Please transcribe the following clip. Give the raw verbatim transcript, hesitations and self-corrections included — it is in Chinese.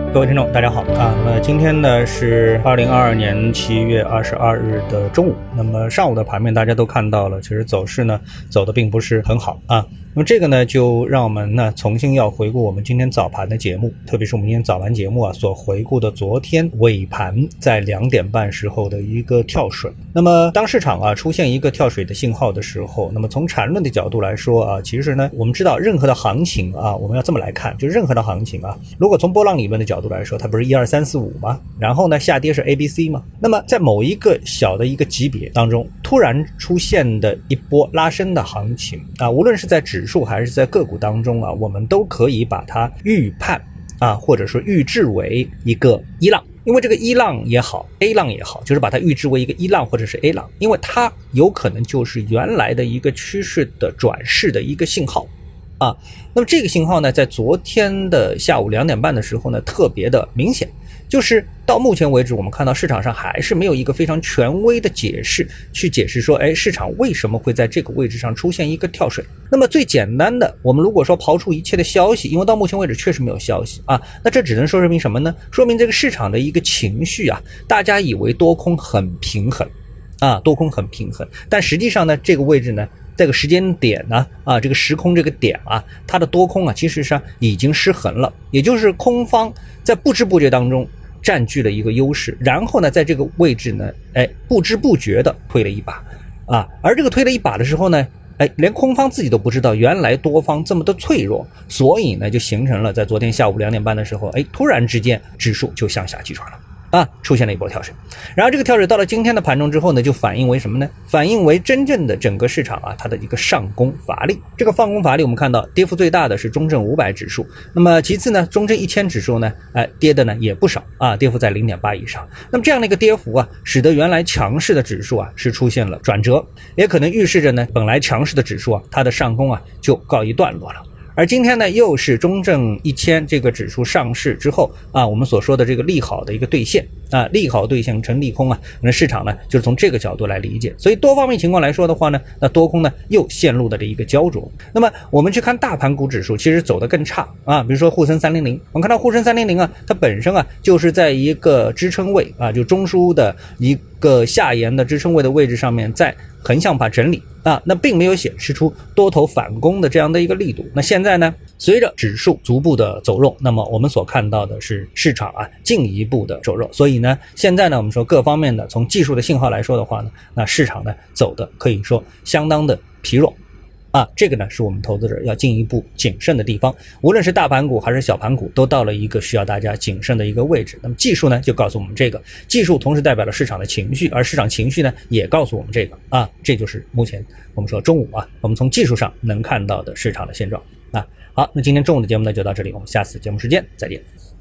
各位听众大家好啊，那么今天呢是二零二二年七月二十二日的中午，那么上午的盘面大家都看到了，其实走势呢走的并不是很好啊。那么这个呢就让我们呢重新要回顾我们今天早盘的节目，特别是我们今天早盘节目啊所回顾的昨天尾盘在两点半时候的一个跳水。那么当市场啊出现一个跳水的信号的时候，那么从缠论的角度来说啊，其实呢我们知道任何的行情啊，我们要这么来看，就任何的行情啊，如果从波浪理论的角度来说，它不是一二三四五吗？然后呢下跌是 A B C 吗？那么在某一个小的一个级别当中突然出现的一波拉升的行情啊，无论是在指数还是在个股当中啊，我们都可以把它预判啊，或者说预置为一个一浪。因为这个一浪也好 A 浪也好，就是把它预置为一个一浪或者是 A 浪，因为它有可能就是原来的一个趋势的转势的一个信号啊。那么这个信号呢在昨天的下午两点半的时候呢特别的明显，就是到目前为止我们看到市场上还是没有一个非常权威的解释去解释说，哎，市场为什么会在这个位置上出现一个跳水。那么最简单的，我们如果说刨出一切的消息，因为到目前为止确实没有消息啊，那这只能说明什么呢？说明这个市场的一个情绪啊，大家以为多空很平衡啊，多空很平衡，但实际上呢这个位置呢这个时间点呢啊，这个时空这个点啊，它的多空啊其实上已经失衡了，也就是空方在不知不觉当中占据了一个优势，然后呢在这个位置呢哎不知不觉的推了一把啊，而这个推了一把的时候呢哎，连空方自己都不知道原来多方这么的脆弱，所以呢就形成了在昨天下午两点半的时候，哎，突然之间指数就向下击穿了啊，出现了一波跳水。然后这个跳水到了今天的盘中之后呢，就反映为什么呢？反映为真正的整个市场啊，它的一个上攻乏力。这个放攻乏力，我们看到跌幅最大的是中证五百指数，那么其次呢，中证一千指数呢，哎，跌的呢也不少啊，跌幅在 零点八 以上。那么这样的一个跌幅啊，使得原来强势的指数啊是出现了转折，也可能预示着呢，本来强势的指数啊，它的上攻啊就告一段落了。而今天呢又是中证一千这个指数上市之后啊，我们所说的这个利好的一个兑现啊，利好兑现成利空啊，那市场呢就是从这个角度来理解。所以多方面情况来说的话呢，那多空呢又陷入了这一个焦灼。那么我们去看大盘股指数其实走得更差啊，比如说沪深三零零，我们看到沪深三零零啊，它本身啊就是在一个支撑位啊，就中枢的一个下沿的支撑位的位置上面在横向把整理啊，那并没有显示出多头反攻的这样的一个力度。那现在呢，随着指数逐步的走弱，那么我们所看到的是市场啊进一步的走弱。所以呢，现在呢我们说各方面的从技术的信号来说的话呢，那市场呢走的可以说相当的疲弱。啊，这个呢是我们投资者要进一步谨慎的地方，无论是大盘股还是小盘股都到了一个需要大家谨慎的一个位置。那么技术呢就告诉我们这个，技术同时代表了市场的情绪，而市场情绪呢也告诉我们这个啊，这就是目前我们说中午啊，我们从技术上能看到的市场的现状啊。好，那今天中午的节目呢就到这里，我们下次节目时间再见。